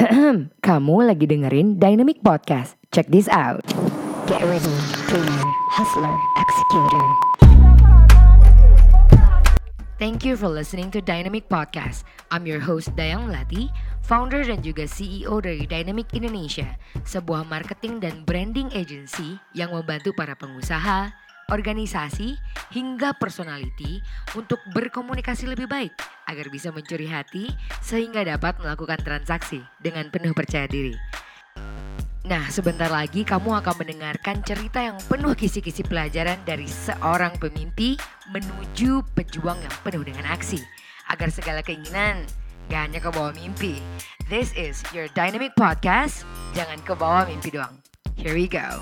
Kamu lagi dengerin Dynamic Podcast. Check this out. Get ready, dreamer, hustler, executor. Thank you for listening to Dynamic Podcast. I'm your host Dayang Melati, founder dan juga CEO dari Dynamic Indonesia, sebuah marketing dan branding agency yang membantu para pengusaha, organisasi, hingga personality untuk berkomunikasi lebih baik agar bisa mencuri hati sehingga dapat melakukan transaksi dengan penuh percaya diri. Nah, sebentar lagi kamu akan mendengarkan cerita yang penuh kisi-kisi pelajaran dari seorang pemimpi menuju pejuang yang penuh dengan aksi agar segala keinginan gak hanya kebawa mimpi. This is your Dynamic Podcast. Jangan kebawa mimpi doang. Here we go.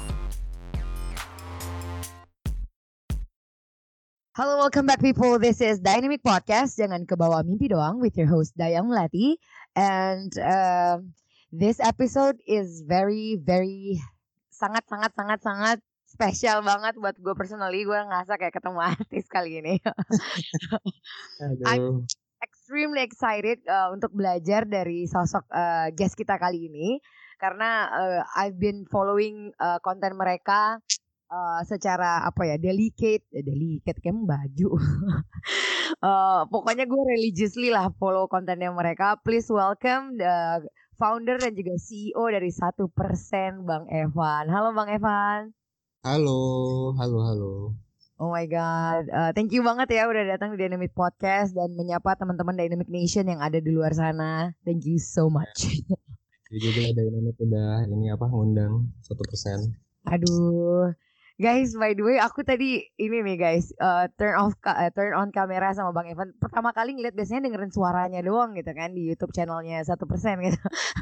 Halo, welcome back people. This is Dynamic Podcast. Jangan kebawa mimpi doang with your host Dayang Melati. And this episode is very sangat spesial banget buat gue personally. Gue ngerasa kayak ketemu artis kali ini. I'm extremely excited untuk belajar dari sosok guest kita kali ini. Karena I've been following konten mereka secara delicate kayak baju. Pokoknya gue religiously lah follow kontennya mereka. Please welcome the founder dan juga CEO dari 1%, Bang Evan. Halo Bang Evan. Halo. Oh my god, thank you banget ya udah datang di Dynamic Podcast dan menyapa teman-teman Dynamic Nation yang ada di luar sana. Thank you so much. Jadi juga Dynamic udah ngundang 1%. Aduh. Guys, by the way, aku tadi ini nih guys, turn on kamera sama Bang Evan. Pertama kali ngeliat biasanya dengerin suaranya doang gitu kan di YouTube channelnya 1% gitu.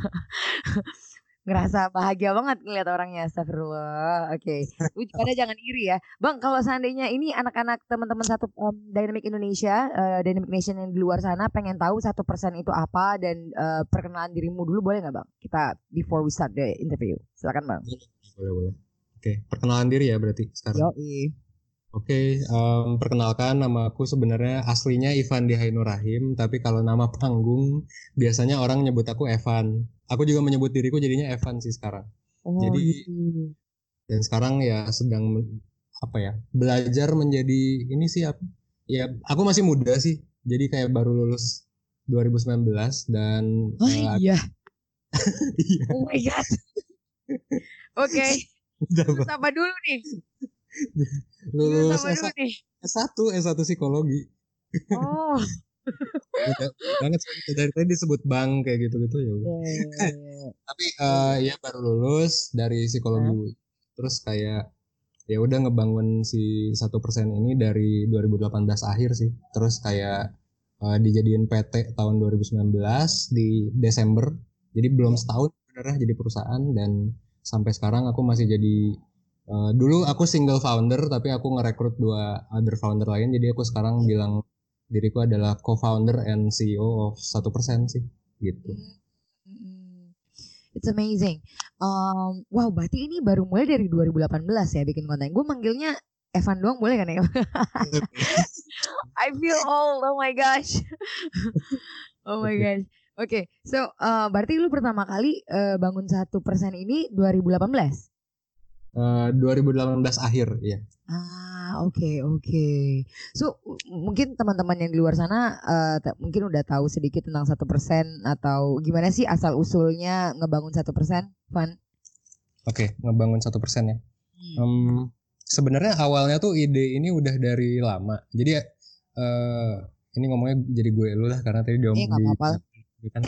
Ngerasa bahagia banget ngeliat orangnya, astagfirullah. Oke. Pada jangan iri ya. Bang, kalau seandainya ini anak-anak teman-teman Dynamic Indonesia, Dynamic Nation yang di luar sana pengen tahu 1% itu apa dan perkenalan dirimu dulu boleh nggak Bang? Kita before we start the interview. Silakan Bang. Boleh. Oke, perkenalan diri ya berarti sekarang. Yoi. Oke, perkenalkan nama aku sebenarnya aslinya Ivan Dihainu Rahim, tapi kalau nama panggung biasanya orang nyebut aku Evan. Aku juga menyebut diriku jadinya Evan sih sekarang. Jadi dan sekarang ya sedang belajar menjadi ini sih apa? Ya, aku masih muda sih. Jadi kayak baru lulus 2019 dan iya. Oh my god. Oke. Lulus apa dulu nih? Lulus S1 psikologi. Oh. Banget dari tadi disebut bank kayak gitu-gitu ya. Tapi ya baru lulus dari psikologi. Terus kayak ya udah ngebangun si 1% ini dari 2018 akhir sih. Terus kayak dijadiin PT tahun 2019 di Desember. Jadi belum setahun benernya jadi perusahaan dan sampai sekarang aku masih jadi dulu aku single founder tapi aku ngerekrut 2 other founder lain, jadi aku sekarang bilang diriku adalah co-founder and CEO of 1% sih gitu. It's amazing. Wow, berarti ini baru mulai dari 2018 ya bikin konten. Gue manggilnya Evan doang boleh kan ya? I feel old. Oh my gosh. Oke, so berarti lu pertama kali bangun 1% ini 2018? 2018 akhir ya. Oke. So mungkin teman-teman yang di luar sana mungkin udah tahu sedikit tentang 1% atau gimana sih asal usulnya ngebangun 1%, Van? Oke, ngebangun 1% ya. Sebenarnya awalnya tuh ide ini udah dari lama. Jadi ini ngomongnya jadi gue lu lah karena tadi diomongin kan.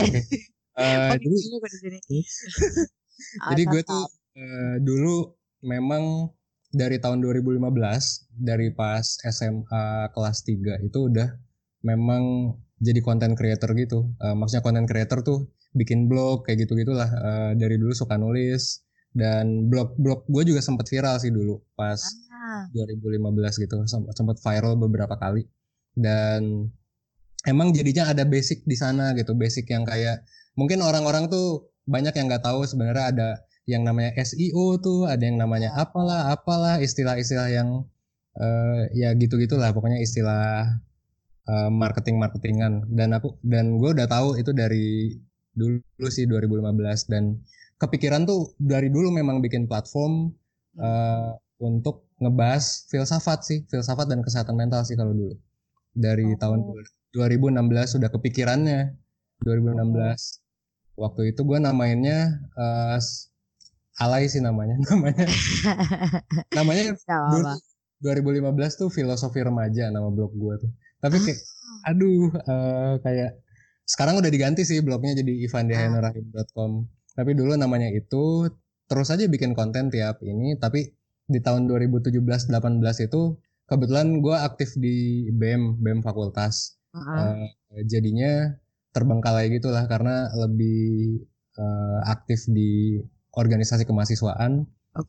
Jadi gue tuh dulu memang dari tahun 2015 dari pas SMA kelas 3 itu udah memang jadi content creator gitu. Maksudnya content creator tuh bikin blog kayak gitu-gitulah. Dari dulu suka nulis dan blog gue juga sempat viral sih dulu pas 2015 gitu, sempat viral beberapa kali. Dan emang jadinya ada basic di sana gitu, basic yang kayak mungkin orang-orang tuh banyak yang nggak tahu sebenarnya ada yang namanya SEO tuh, ada yang namanya apalah istilah-istilah yang ya gitu-gitulah pokoknya istilah marketingan. Dan gue udah tahu itu dari dulu sih 2015, dan kepikiran tuh dari dulu memang bikin platform untuk ngebahas filsafat dan kesehatan mental sih kalau dulu. Dari tahun 2016 sudah kepikirannya. 2016 waktu itu gue namainnya alay sih namanya namanya dulu 2015 tuh filosofi remaja nama blog gue tuh, tapi kayak kayak sekarang udah diganti sih blognya jadi ivandiahenurahim.com, tapi dulu namanya itu. Terus aja bikin konten tiap ini, tapi di tahun 2017-18 itu kebetulan gue aktif di BEM fakultas. Jadinya terbengkalai gitulah karena lebih aktif di organisasi kemahasiswaan.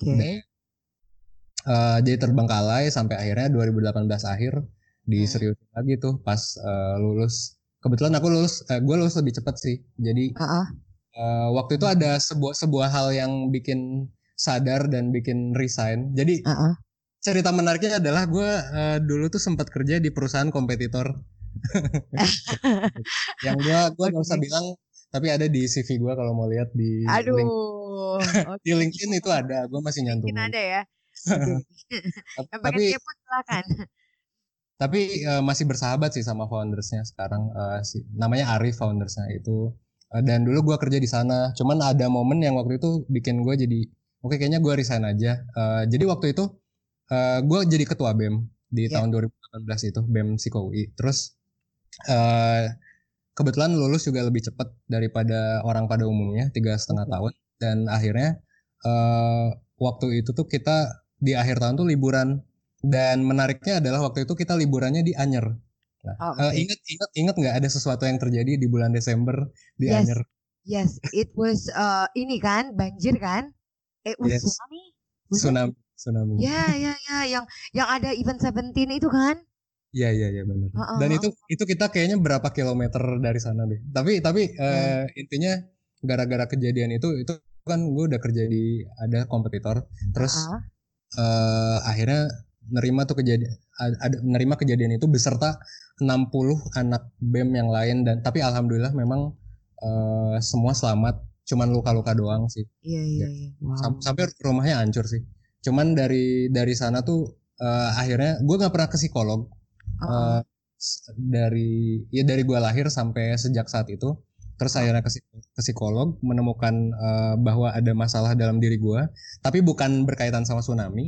Jadi terbengkalai sampai akhirnya 2018 akhir diseriusin lagi tuh pas lulus. Kebetulan aku gue lulus lebih cepat sih. Jadi waktu itu ada sebuah hal yang bikin sadar dan bikin resign. Jadi cerita menariknya adalah gue dulu tuh sempat kerja di perusahaan kompetitor. Yang gue gak usah bilang, tapi ada di CV gue kalau mau lihat di di LinkedIn itu ada, gue masih nyantumin. LinkedIn ada ya. Yang pengen kepo silakan. Tapi masih bersahabat sih sama foundersnya sekarang, namanya Arif foundersnya itu. Dan dulu gue kerja di sana. Cuman ada momen yang waktu itu bikin gue jadi oke, kayaknya gue resign aja. Jadi waktu itu gue jadi ketua BEM di tahun 2018 itu, BEM Psiko UI. Terus kebetulan lulus juga lebih cepat daripada orang pada umumnya, 3,5 tahun. Dan akhirnya waktu itu tuh kita di akhir tahun tuh liburan. Dan menariknya adalah waktu itu kita liburannya di Anyer. Nah, ingat nggak ada sesuatu yang terjadi di bulan Desember di Anyer? Yes, it was ini kan banjir kan? It was tsunami. Ya, yang ada event 17 itu kan? Iya benar. Dan itu kita kayaknya berapa kilometer dari sana deh. Tapi intinya gara-gara kejadian itu kan gue udah kerja di ada kompetitor. Terus akhirnya nerima kejadian itu beserta 60 anak BEM yang lain, dan tapi alhamdulillah memang semua selamat, cuman luka-luka doang sih. Iya. Wow. Sampai rumahnya hancur sih. Cuman dari sana tuh akhirnya gue nggak pernah ke psikolog. Dari gue lahir sampai sejak saat itu. Terus akhirnya ke psikolog, menemukan bahwa ada masalah dalam diri gue, tapi bukan berkaitan sama tsunami.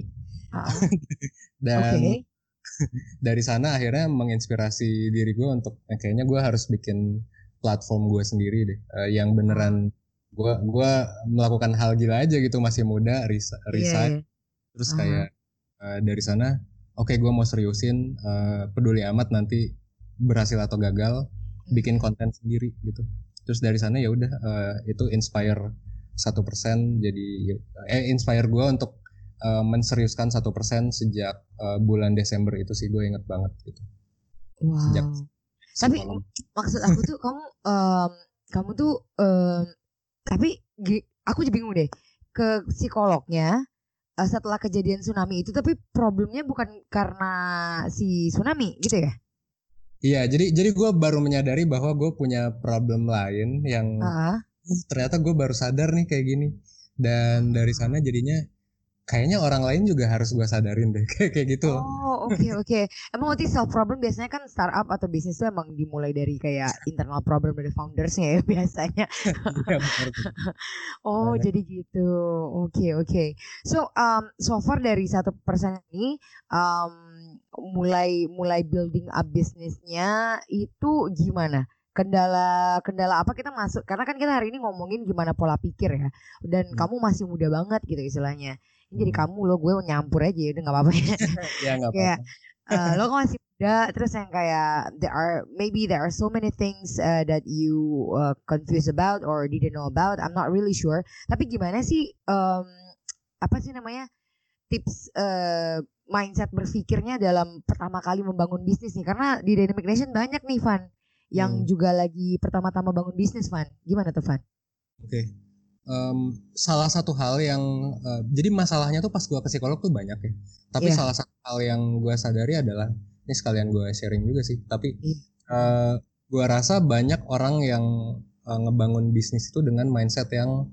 Dan dari sana akhirnya menginspirasi diri gue untuk kayaknya gue harus bikin platform gue sendiri deh, yang beneran gue melakukan hal gila aja gitu, masih muda, resign. Terus kayak dari sana gue mau seriusin, peduli amat nanti berhasil atau gagal, bikin konten sendiri gitu. Terus dari sana ya udah itu inspire 1%, jadi inspire gue untuk menseriuskan 1% sejak bulan Desember itu sih, gue inget banget gitu. Wow. Tapi maksud aku tuh kamu tuh tapi aku jadi bingung deh, ke psikolognya setelah kejadian tsunami itu, tapi problemnya bukan karena si tsunami gitu ya? Iya, jadi gue baru menyadari bahwa gue punya problem lain yang ternyata gue baru sadar nih kayak gini. Dan dari sana jadinya kayaknya orang lain juga harus gue sadarin deh, kayak gitu. Oh, oke. Emang waktu self problem biasanya kan startup atau bisnis tuh emang dimulai dari kayak internal problem dari foundersnya ya biasanya. Oh, jadi gitu. Oke. So far dari 1% ini mulai building up bisnisnya itu gimana? Kendala apa kita masuk, karena kan kita hari ini ngomongin gimana pola pikir ya, dan kamu masih muda banget gitu istilahnya. Ini jadi kamu lo, gue nyampur aja udah nggak apa-apa ya. Ya nggak apa-apa. Lo kan masih muda, terus yang kayak there are so many things that you confused about or didn't know about. I'm not really sure. Tapi gimana sih apa sih namanya tips mindset berpikirnya dalam pertama kali membangun bisnis nih? Karena di Dynamic Nation banyak nih Van yang juga lagi pertama-tama bangun bisnis, Van. Gimana tuh Van? Oke. Salah satu hal yang jadi masalahnya tuh pas gue ke psikolog tuh banyak ya. Tapi salah satu hal yang gue sadari adalah, ini sekalian gue sharing juga sih. Tapi gue rasa banyak orang yang ngebangun bisnis itu dengan mindset yang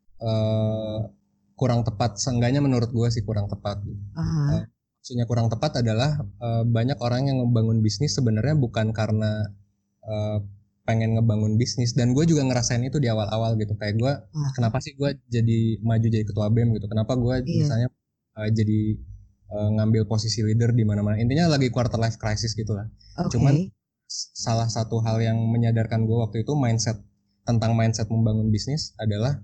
kurang tepat. Seenggaknya menurut gue sih kurang tepat gitu. Maksudnya kurang tepat adalah banyak orang yang ngebangun bisnis sebenarnya bukan karena pengen ngebangun bisnis, dan gue juga ngerasain itu di awal-awal gitu. Kayak gue kenapa sih gue jadi maju jadi ketua BEM gitu, kenapa gue misalnya jadi ngambil posisi leader di mana-mana, intinya lagi quarter life crisis gitu lah. Cuman salah satu hal yang menyadarkan gue waktu itu tentang mindset membangun bisnis adalah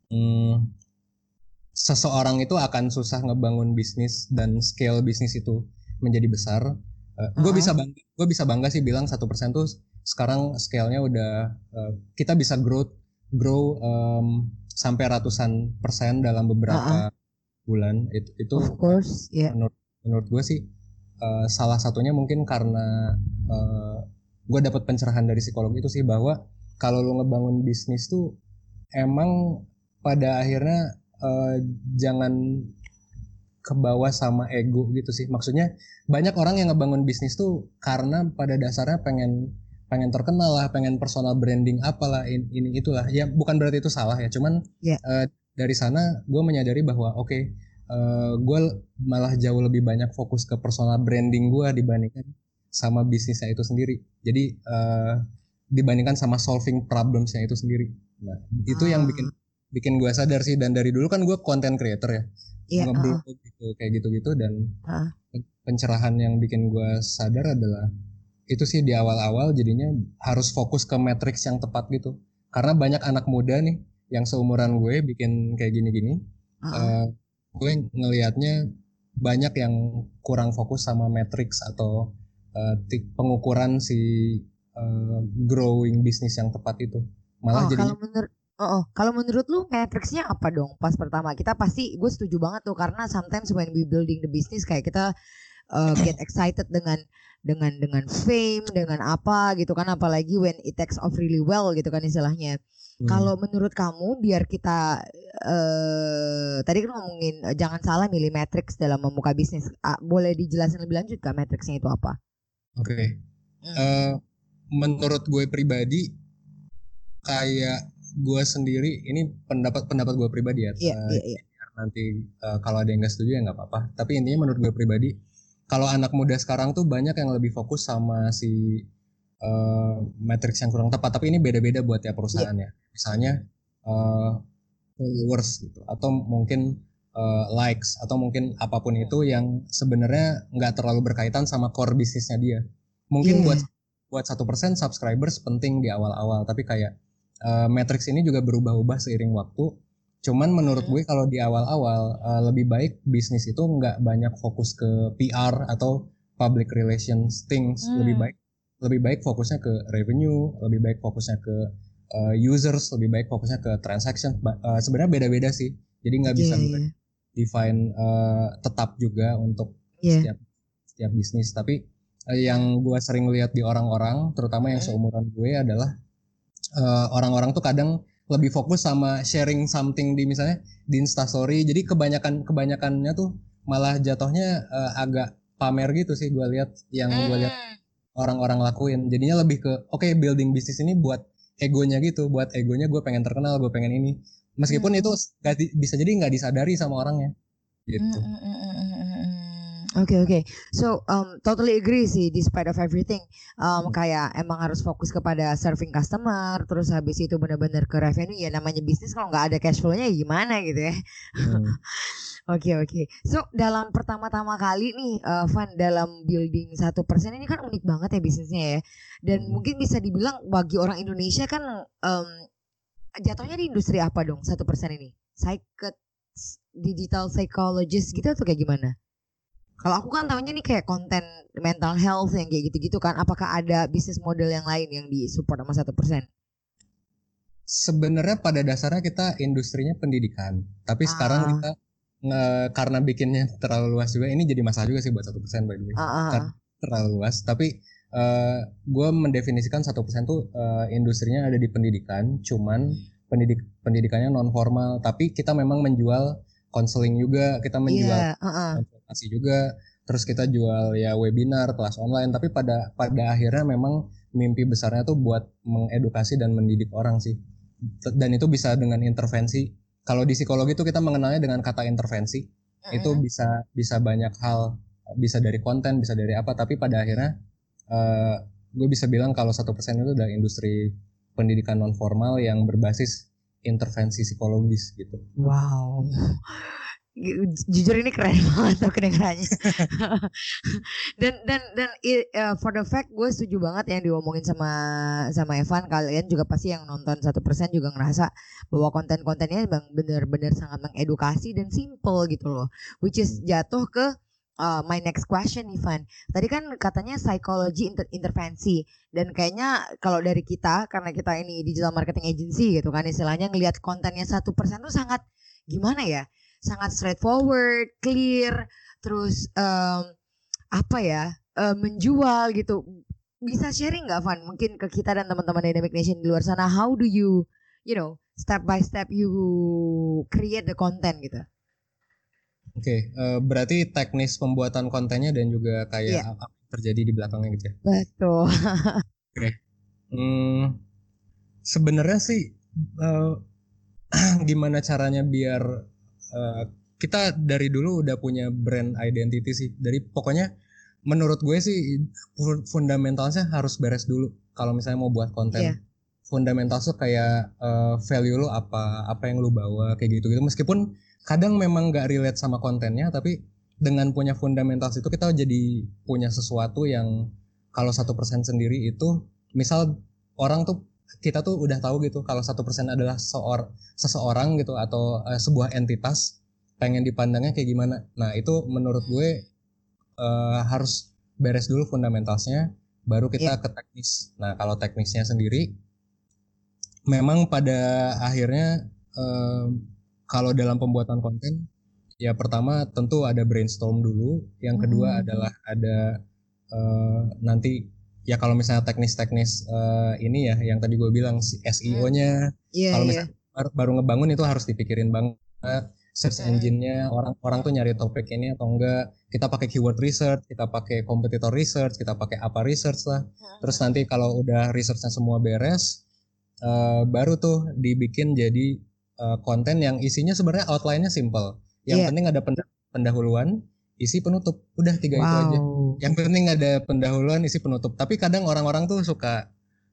seseorang itu akan susah ngebangun bisnis dan scale bisnis itu menjadi besar. Gue bisa bangga sih bilang 1% tuh sekarang scale-nya udah kita bisa grow sampai ratusan persen dalam beberapa bulan. Itu of course, menurut gue sih salah satunya mungkin karena gue dapat pencerahan dari psikolog itu sih, bahwa kalau lo ngebangun bisnis tuh emang pada akhirnya jangan kebawa sama ego gitu sih. Maksudnya banyak orang yang ngebangun bisnis tuh karena pada dasarnya pengen terkenal lah, pengen personal branding apalah ini itulah. Ya bukan berarti itu salah ya, cuman dari sana gue menyadari bahwa gue malah jauh lebih banyak fokus ke personal branding gue dibandingkan sama bisnisnya itu sendiri. Jadi dibandingkan sama solving problemsnya itu sendiri. Nah itu yang bikin gue sadar sih. Dan dari dulu kan gue content creator ya, ngeblog gitu kayak gitu dan pencerahan yang bikin gue sadar adalah itu sih di awal-awal jadinya harus fokus ke matriks yang tepat gitu. Karena banyak anak muda nih yang seumuran gue bikin kayak gini-gini, gue ngelihatnya banyak yang kurang fokus sama matriks atau pengukuran si growing bisnis yang tepat itu. Malah jadinya kalau menurut lu matriksnya apa dong? Pas pertama kita pasti, gue setuju banget tuh, karena sometimes when we building the business kayak kita get excited dengan fame, dengan apa gitu kan, apalagi when it takes off really well gitu kan istilahnya. Kalau menurut kamu, biar kita tadi kan ngomongin jangan salah milih matriks dalam membuka bisnis, boleh dijelasin lebih lanjut kah matriksnya itu apa? Menurut gue pribadi, kayak gue sendiri, ini pendapat gue pribadi ya. Nanti kalau ada yang nggak setuju ya nggak apa-apa. Tapi intinya menurut gue pribadi, kalau anak muda sekarang tuh banyak yang lebih fokus sama si matriks yang kurang tepat. Tapi ini beda-beda buat tiap perusahaan ya. Misalnya followers gitu, atau mungkin likes, atau mungkin apapun itu yang sebenarnya nggak terlalu berkaitan sama core bisnisnya dia. Mungkin buat 1% subscribers penting di awal-awal, tapi kayak matriks ini juga berubah-ubah seiring waktu. Cuman menurut gue kalau di awal-awal lebih baik bisnis itu nggak banyak fokus ke PR atau public relations things. Lebih baik fokusnya ke revenue, lebih baik fokusnya ke users, lebih baik fokusnya ke transaction. Sebenarnya beda-beda sih. Jadi nggak bisa define tetap juga untuk setiap bisnis. Tapi yang gue sering lihat di orang-orang, terutama yang seumuran gue, adalah orang-orang tuh kadang lebih fokus sama sharing something di misalnya di Instastory. Jadi kebanyakannya tuh malah jatuhnya agak pamer gitu sih gue lihat, yang gue lihat orang-orang lakuin. Jadinya lebih ke building bisnis ini buat egonya gitu, buat egonya gue pengen terkenal, gue pengen ini. Meskipun itu bisa jadi nggak disadari sama orangnya gitu. Okay. So totally agree sih, despite of everything. Kayak emang harus fokus kepada serving customer, terus habis itu benar-benar ke revenue. Ya namanya bisnis kalau nggak ada cash flow-nya ya gimana gitu ya. Oke. So dalam pertama-tama kali nih, Van, dalam building 1% ini kan unik banget ya bisnisnya ya. Dan mungkin bisa dibilang bagi orang Indonesia kan jatuhnya di industri apa dong 1% ini? Digital psychologist gitu atau kayak gimana? Kalau aku kan tahunya nih kayak konten mental health yang kayak gitu-gitu kan. Apakah ada bisnis model yang lain yang disupport sama 1%? Sebenarnya pada dasarnya kita industrinya pendidikan. Tapi sekarang kita karena bikinnya terlalu luas juga, ini jadi masalah juga sih buat 1% by the way. Karena terlalu luas. Tapi gue mendefinisikan 1% tuh industrinya ada di pendidikan. Cuman pendidikannya non formal. Tapi kita memang menjual konseling juga, kita menjual konsultasi juga, terus kita jual ya webinar, kelas online. Tapi pada akhirnya memang mimpi besarnya tuh buat mengedukasi dan mendidik orang sih. Dan itu bisa dengan intervensi. Kalau di psikologi itu kita mengenalnya dengan kata intervensi. Itu bisa banyak hal, bisa dari konten, bisa dari apa. Tapi pada akhirnya gue bisa bilang kalau 1% itu adalah industri pendidikan non formal yang berbasis intervensi psikologis gitu. Wow. Jujur ini keren banget tuh kedengarannya. dan for the fact gue setuju banget yang diomongin sama Evan. Kalian juga pasti yang nonton 1% juga ngerasa bahwa konten-kontennya bang benar-benar sangat mengedukasi dan simple gitu loh, which is jatuh ke my next question, Ivan. Tadi kan katanya psikologi intervensi, dan kayaknya kalau dari kita, karena kita ini digital marketing agency gitu kan, istilahnya ngelihat kontennya 1% tuh sangat gimana ya, sangat straightforward, clear, terus menjual gitu. Bisa sharing nggak, Van? Mungkin ke kita dan teman-teman Dynamic Nation di luar sana, how do you step by step you create the content gitu? Oke, berarti teknis pembuatan kontennya dan juga kayak apa yang terjadi di belakangnya gitu ya? Betul. Oke. Sebenarnya sih gimana caranya biar kita dari dulu udah punya brand identity sih. Dari pokoknya menurut gue sih fundamentalnya harus beres dulu kalau misalnya mau buat konten. Fundamental tuh kayak value lo apa yang lo bawa kayak gitu. Meskipun kadang memang nggak relate sama kontennya, tapi dengan punya fundamental itu kita jadi punya sesuatu yang kalau 1% sendiri itu, misal orang tuh kita tuh udah tahu gitu kalau 1% adalah seseorang gitu atau sebuah entitas, pengen dipandangnya kayak gimana. Nah itu menurut gue harus beres dulu fundamentalnya, baru kita ke teknis. Nah kalau teknisnya sendiri, memang pada akhirnya kalau dalam pembuatan konten, ya pertama tentu ada brainstorm dulu, yang kedua adalah ada nanti ya kalau misalnya teknis-teknis ini ya yang tadi gue bilang SEO-nya, kalau misalnya baru ngebangun itu harus dipikirin banget, search engine-nya orang tuh nyari topik ini atau enggak, kita pakai keyword research, kita pakai competitor research, kita pakai apa research lah. Terus nanti kalau udah research-nya semua beres, baru tuh dibikin jadi konten yang isinya sebenarnya outline-nya simple. Yang penting ada pendahuluan, isi penutup, udah 3 itu aja. Yang penting ada pendahuluan, isi penutup. Tapi kadang orang-orang tuh suka,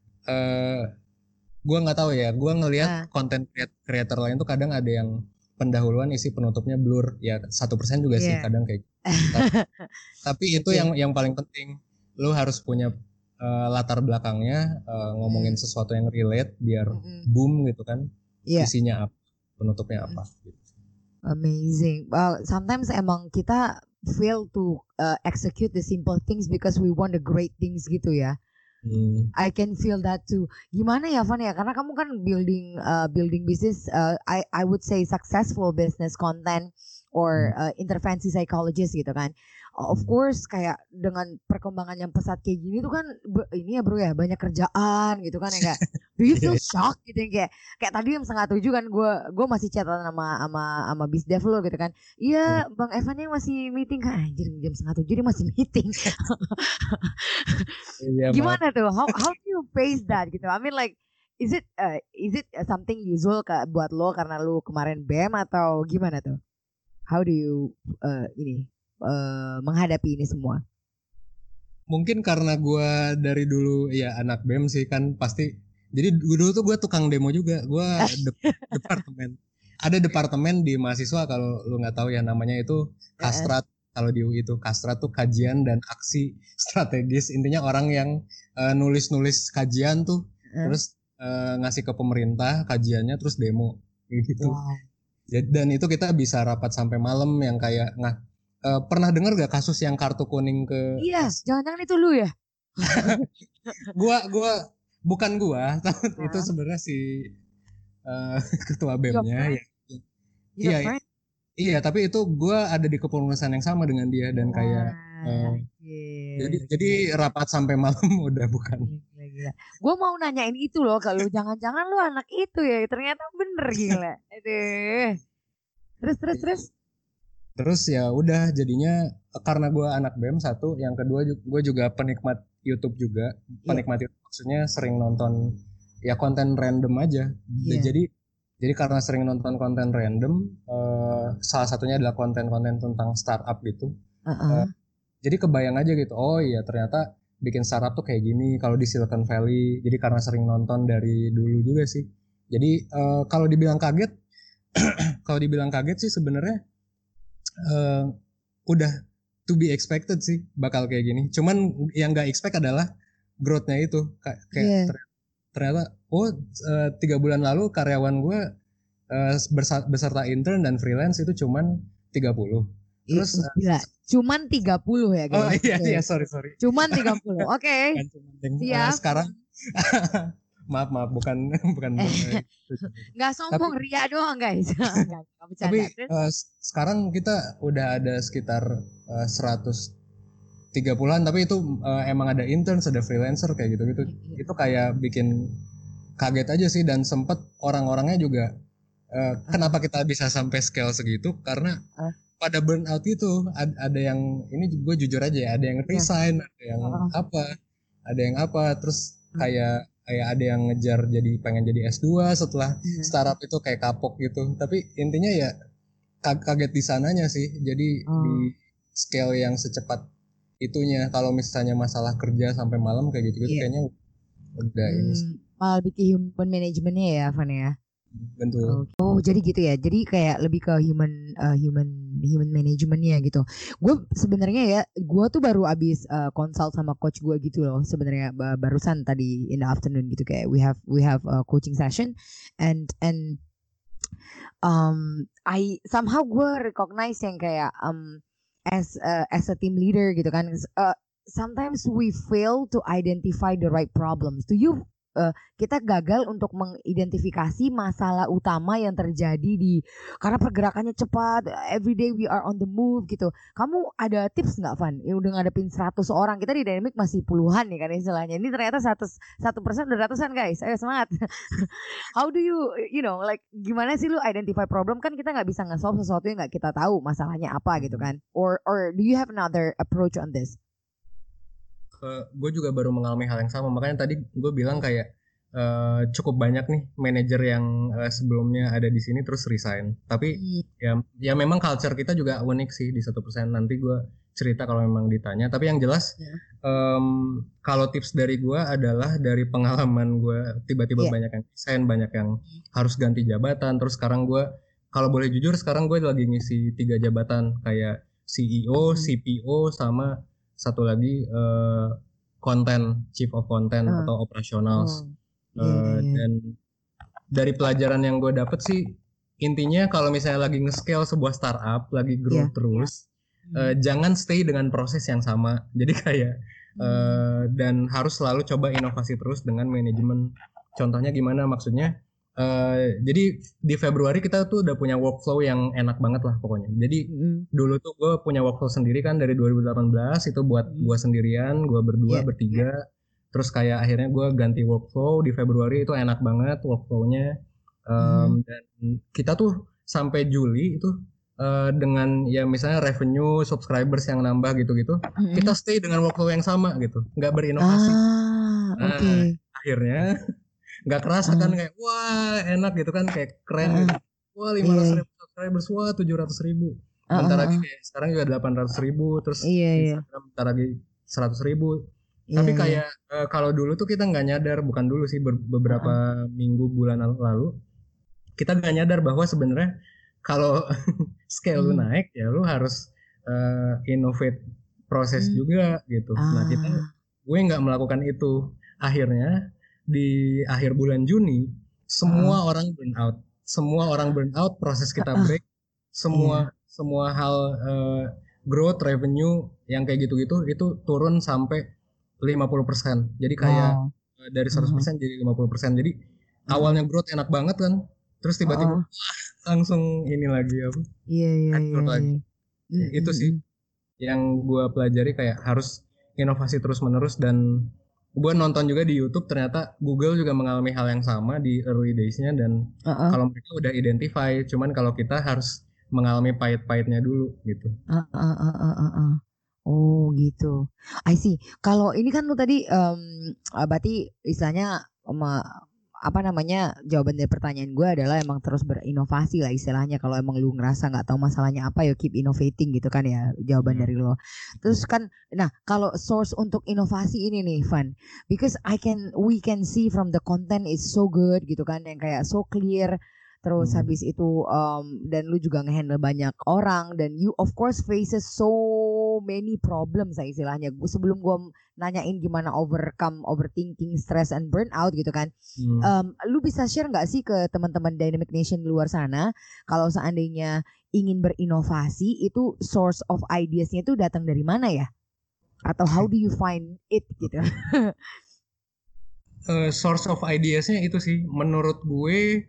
gue nggak tahu ya, gue ngelihat konten creator lain tuh kadang ada yang pendahuluan, isi penutupnya blur. Ya 1% juga sih kadang kayak gitu. Tapi itu yang paling penting, lo harus punya latar belakangnya, ngomongin sesuatu yang relate biar boom gitu kan. Isinya apa, penutupnya apa gitu. Amazing. Sometimes emang kita fail to execute the simple things because we want the great things gitu ya. I can feel that too. Gimana ya, Van ya? Karena kamu kan building business, I would say successful business content or intervensi psychologist gitu kan. Of course kayak dengan perkembangan yang pesat kayak gini tuh kan ini ya bro ya, banyak kerjaan gitu kan ya, kayak do you feel shock gitu ya, kayak tadi jam 6:30 kan gue masih chatan sama BizDev lo gitu kan. Iya, Bang Evan yang masih meeting kan, anjir jam 6:30 dia masih meeting. Gimana tuh? How do you face that gitu? I mean like is it something usual buat lo karena lo kemarin BEM atau gimana tuh? How do you menghadapi ini semua? Mungkin karena gue dari dulu ya anak BEM sih kan pasti. Jadi dulu tuh gue tukang demo juga. Gue departemen. Ada departemen di mahasiswa, kalau lu nggak tahu ya namanya itu Kastrat. Kalau di UI itu Kastrat tuh kajian dan aksi strategis. Intinya orang yang nulis-nulis kajian tuh terus ngasih ke pemerintah kajiannya terus demo gitu. Wow. Dan itu kita bisa rapat sampai malam yang kayak pernah dengar gak kasus yang kartu kuning ke? Iya, jangan-jangan itu lu ya? bukan gua, itu sebenarnya si ketua BEM-nya. Iya, tapi itu gua ada di kepengurusan yang sama dengan dia dan kayak jadi rapat sampai malam udah bukan. Gila. Gue mau nanyain itu loh, kalau jangan-jangan lu anak itu ya, ternyata bener gila. Aduh. Terus ya udah jadinya karena gue anak BEM satu, yang kedua gue juga penikmat YouTube juga, penikmat YouTube maksudnya sering nonton ya konten random aja. Jadi karena sering nonton konten random, salah satunya adalah konten-konten tentang startup gitu. Jadi kebayang aja gitu, oh iya ternyata bikin startup tuh kayak gini kalau di Silicon Valley. Jadi karena sering nonton dari dulu juga sih. Jadi kalau dibilang kaget sih sebenarnya udah to be expected sih bakal kayak gini. Cuman yang nggak expect adalah growth-nya itu. Kayak ternyata 3 bulan lalu karyawan gue beserta intern dan freelance itu cuman 30. Terus gila. Cuman 30 ya guys. Oh iya sorry. Cuman 30. Oke. Siap. Sekarang maaf bukan Nggak sombong, ria doang guys. Tapi sekarang kita udah ada sekitar 130-an, tapi itu emang ada interns, ada freelancer kayak gitu-gitu. Itu kayak bikin kaget aja sih, dan sempet orang-orangnya juga kenapa kita bisa sampai scale segitu karena pada burnout itu ada yang, ini gue jujur aja ya, ada yang resign, ada yang apa, terus kayak ada yang ngejar pengen jadi S2 setelah startup itu kayak kapok gitu. Tapi intinya ya kaget di sananya sih. Jadi di scale yang secepat itunya, kalau misalnya masalah kerja sampai malam kayak gitu kayaknya udah ini sih. Malah bikin human manajemennya ya, Van ya. Betul. Oh jadi gitu ya. Jadi kayak lebih ke human managementnya gitu. Gue sebenarnya ya, gue tuh baru abis consult sama coach gue gitu loh. Sebenarnya barusan tadi in the afternoon gitu, kayak we have a coaching session and I somehow gue recognize yang kayak as a team leader gitu kan. Sometimes we fail to identify the right problems. Do you kita gagal untuk mengidentifikasi masalah utama yang terjadi karena pergerakannya cepat, everyday we are on the move gitu. Kamu ada tips nggak, Van? Ya udah ngadepin 100 orang, kita di Dynamic masih puluhan nih kan istilahnya. Ini ternyata 1% udah ratusan guys. Ayo semangat. How do you like gimana sih lu identify problem? Kan kita nggak bisa nge-solve sesuatu yang nggak kita tahu masalahnya apa gitu kan. Or do you have another approach on this? Gue juga baru mengalami hal yang sama, makanya tadi gue bilang kayak cukup banyak nih manajer yang sebelumnya ada di sini terus resign. Tapi ya memang culture kita juga unik sih di 1%. Nanti gue cerita kalau memang ditanya. Tapi yang jelas kalau tips dari gue adalah dari pengalaman gue, tiba-tiba banyak yang resign, banyak yang harus ganti jabatan. Terus sekarang gue, kalau boleh jujur, sekarang gue lagi ngisi 3 jabatan kayak CEO, CPO, sama satu lagi chief of content atau operationals. Dan dari pelajaran yang gue dapet sih, intinya kalau misalnya lagi nge-scale sebuah startup, lagi grow terus, jangan stay dengan proses yang sama. Jadi kayak dan harus selalu coba inovasi terus dengan manajemen. Contohnya gimana maksudnya? Jadi di Februari kita tuh udah punya workflow yang enak banget lah pokoknya. Jadi dulu tuh gue punya workflow sendiri kan dari 2018, itu buat gue sendirian, gue berdua, bertiga. Terus kayak akhirnya gue ganti workflow di Februari, itu enak banget workflownya. Dan kita tuh sampai Juli itu dengan ya misalnya revenue, subscribers yang nambah gitu-gitu, kita stay dengan workflow yang sama gitu, nggak berinovasi. Akhirnya nggak kerasa kan kayak wah enak gitu kan, kayak keren gitu. Wah 500.000 subscribers, wah 700.000. Bentar lagi kayak sekarang juga 800.000, terus Instagram bentar lagi 100.000. Tapi kayak kalau dulu tuh kita nggak nyadar, bukan dulu sih, beberapa minggu bulan lalu kita nggak nyadar bahwa sebenarnya kalau scale lu naik ya lu harus innovate proses juga gitu. Nah gue nggak melakukan itu. Akhirnya di akhir bulan Juni semua orang burn out, proses kita break, semua hal growth, revenue yang kayak gitu-gitu itu turun sampai 50%. Jadi kayak dari 100% jadi 50%. Jadi awalnya growth enak banget kan, terus tiba-tiba langsung ini lagi apa? Hancur lagi. Itu sih yang gue pelajari, kayak harus inovasi terus-menerus. Dan gue nonton juga di YouTube, ternyata Google juga mengalami hal yang sama di early days-nya, dan kalau mereka udah identify, cuman kalau kita harus mengalami pahit-pahitnya dulu gitu. Oh gitu. I see. Kalau ini kan lu tadi berarti istilahnya apa namanya jawaban dari pertanyaan gue adalah emang terus berinovasi lah istilahnya. Kalau emang lu ngerasa nggak tahu masalahnya apa ya keep innovating gitu kan ya jawaban dari lo. Terus kan, nah kalau source untuk inovasi ini nih Van, because we can see from the content is so good gitu kan yang kayak so clear. Terus habis itu dan lu juga ngehandle banyak orang dan you of course faces so many problems lah istilahnya. Sebelum gue nanyain gimana overcome overthinking, stress and burnout gitu kan. Lu bisa share nggak sih ke teman-teman Dynamic Nation di luar sana kalau seandainya ingin berinovasi itu source of ideas-nya itu datang dari mana ya? Atau how do you find it gitu? Source of ideas-nya itu sih menurut gue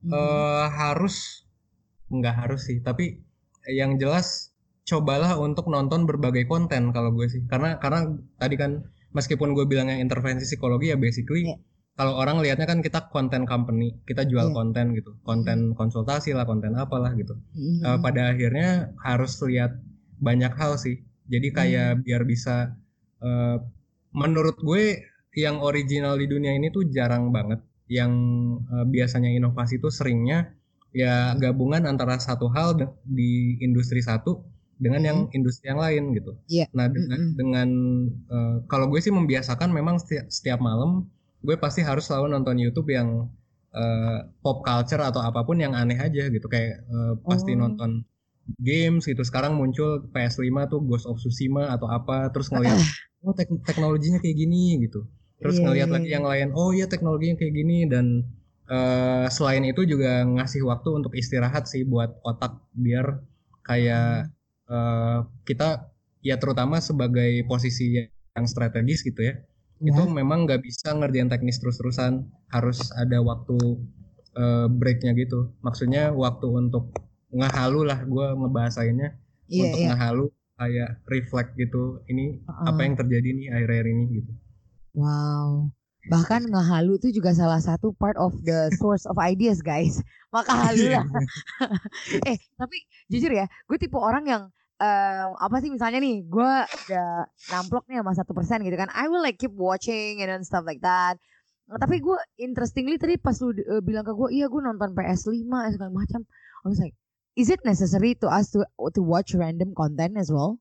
nggak harus sih, tapi yang jelas cobalah untuk nonton berbagai konten kalau gue sih, karena tadi kan meskipun gue bilangnya intervensi psikologi ya basically kalau orang lihatnya kan kita konten company, kita jual konten gitu, konten konsultasi lah, konten apalah gitu. Pada akhirnya harus lihat banyak hal sih, jadi kayak biar bisa menurut gue yang original di dunia ini tuh jarang banget. Yang biasanya inovasi itu seringnya ya gabungan antara satu hal di industri satu dengan yang industri yang lain gitu. Nah dengan kalau gue sih membiasakan memang setiap malam gue pasti harus selalu nonton YouTube yang pop culture atau apapun yang aneh aja gitu, kayak pasti nonton games gitu. Sekarang muncul PS5 tuh Ghost of Tsushima atau apa, terus ngeliat teknologinya kayak gini gitu. Terus ngelihat lagi yang lain, oh iya teknologinya kayak gini. Dan selain itu juga ngasih waktu untuk istirahat sih buat otak, biar kayak kita ya terutama sebagai posisi yang strategis gitu ya, itu memang nggak bisa ngerjain teknis terus-terusan, harus ada waktu breaknya gitu. Maksudnya waktu untuk ngehalu lah, gue ngebahasainnya untuk ngehalu, kayak reflect gitu, ini apa yang terjadi nih akhir-akhir ini gitu. Wow, bahkan ngehalu itu juga salah satu part of the source of ideas guys. Maka halu lah. Tapi jujur ya, gue tipe orang yang apa sih misalnya nih, gue udah namplok nih sama 1% gitu kan, I will like keep watching and stuff like that. Tapi gue interestingly tadi pas lu bilang ke gue, iya gue nonton PS5 segala macam, I was like, is it necessary to us to watch random content as well?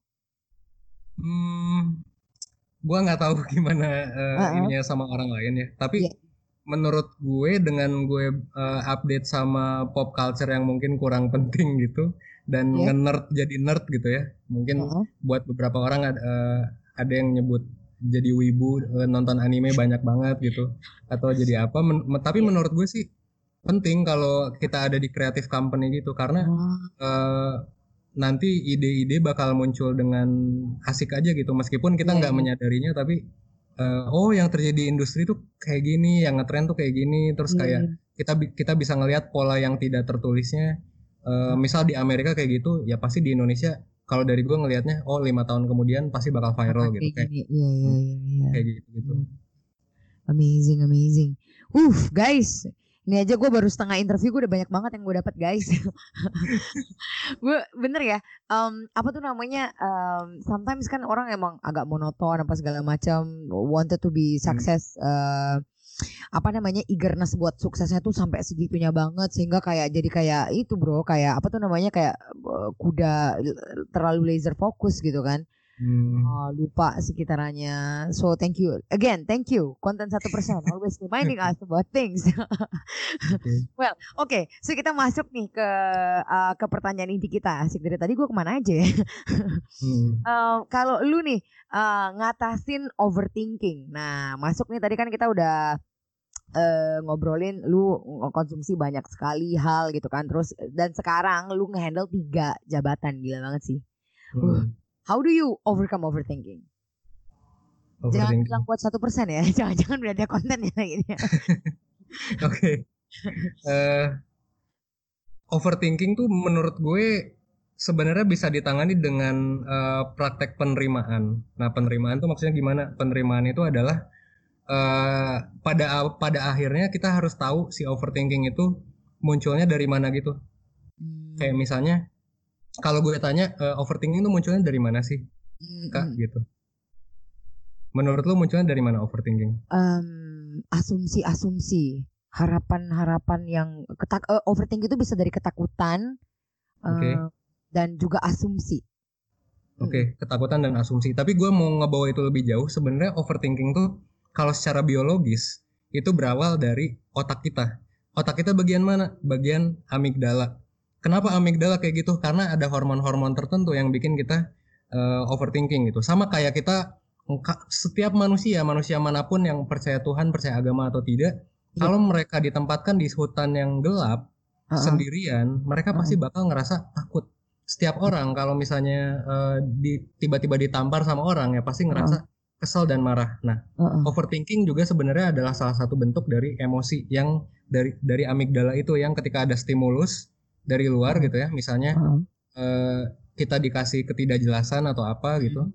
Gue nggak tahu gimana ininya sama orang lain ya, tapi menurut gue dengan gue update sama pop culture yang mungkin kurang penting gitu dan nge-nerd jadi nerd gitu ya, mungkin buat beberapa orang ada yang nyebut jadi wibu, nonton anime banyak banget gitu atau jadi apa, tapi menurut gue sih penting kalau kita ada di creative company gitu, karena nanti ide-ide bakal muncul dengan asik aja gitu, meskipun kita nggak menyadarinya, tapi oh yang terjadi di industri tuh kayak gini, yang ngetren tuh kayak gini, terus kayak kita bisa ngelihat pola yang tidak tertulisnya. Misal di Amerika kayak gitu, ya pasti di Indonesia kalau dari gue ngelihatnya, oh 5 tahun kemudian pasti bakal viral gitu, kayak gitu. Amazing. Guys, ini aja gue baru setengah interview, gue udah banyak banget yang gue dapat guys. Gue bener ya, apa tuh namanya, sometimes kan orang emang agak monoton apa segala macam, wanted to be success, apa namanya, eagerness buat suksesnya tuh sampai segitunya banget, sehingga kayak jadi kayak itu bro, kayak apa tuh namanya, kayak kuda terlalu laser fokus gitu kan. Lupa sekitarannya. So thank you again, thank you Konten 1% always reminding us about things. Well, okay. So kita masuk nih ke pertanyaan inti kita. Asik, dari tadi gue kemana aja ya. Kalau lu nih ngatasin overthinking. Nah masuk nih, tadi kan kita udah ngobrolin lu konsumsi banyak sekali hal gitu kan, terus dan sekarang lu ngehandle 3 jabatan, gila banget sih. How do you overcome overthinking? Jangan bilang buat 1% ya. Jangan udah ada konten ya gini. Oke. Overthinking tuh menurut gue sebenarnya bisa ditangani dengan praktek penerimaan. Nah, penerimaan tuh maksudnya gimana? Penerimaan itu adalah pada akhirnya kita harus tahu si overthinking itu munculnya dari mana gitu. Kayak misalnya kalau gue tanya overthinking itu munculnya dari mana sih? Kak gitu. Menurut lu munculnya dari mana overthinking? Asumsi-asumsi, harapan-harapan yang overthinking itu bisa dari ketakutan dan juga asumsi. Oke, ketakutan dan asumsi. Tapi gue mau ngebawa itu lebih jauh. Sebenarnya overthinking tuh kalau secara biologis itu berawal dari otak kita. Otak kita bagian mana? Bagian amigdala. Kenapa amigdala kayak gitu? Karena ada hormon-hormon tertentu yang bikin kita overthinking gitu. Sama kayak kita, setiap manusia manapun yang percaya Tuhan, percaya agama atau tidak, kalau mereka ditempatkan di hutan yang gelap sendirian, mereka pasti bakal ngerasa takut. Setiap orang kalau misalnya tiba-tiba ditampar sama orang ya pasti ngerasa kesel dan marah. Nah, overthinking juga sebenarnya adalah salah satu bentuk dari emosi yang dari amigdala itu, yang ketika ada stimulus dari luar gitu ya, misalnya kita dikasih ketidakjelasan atau apa gitu,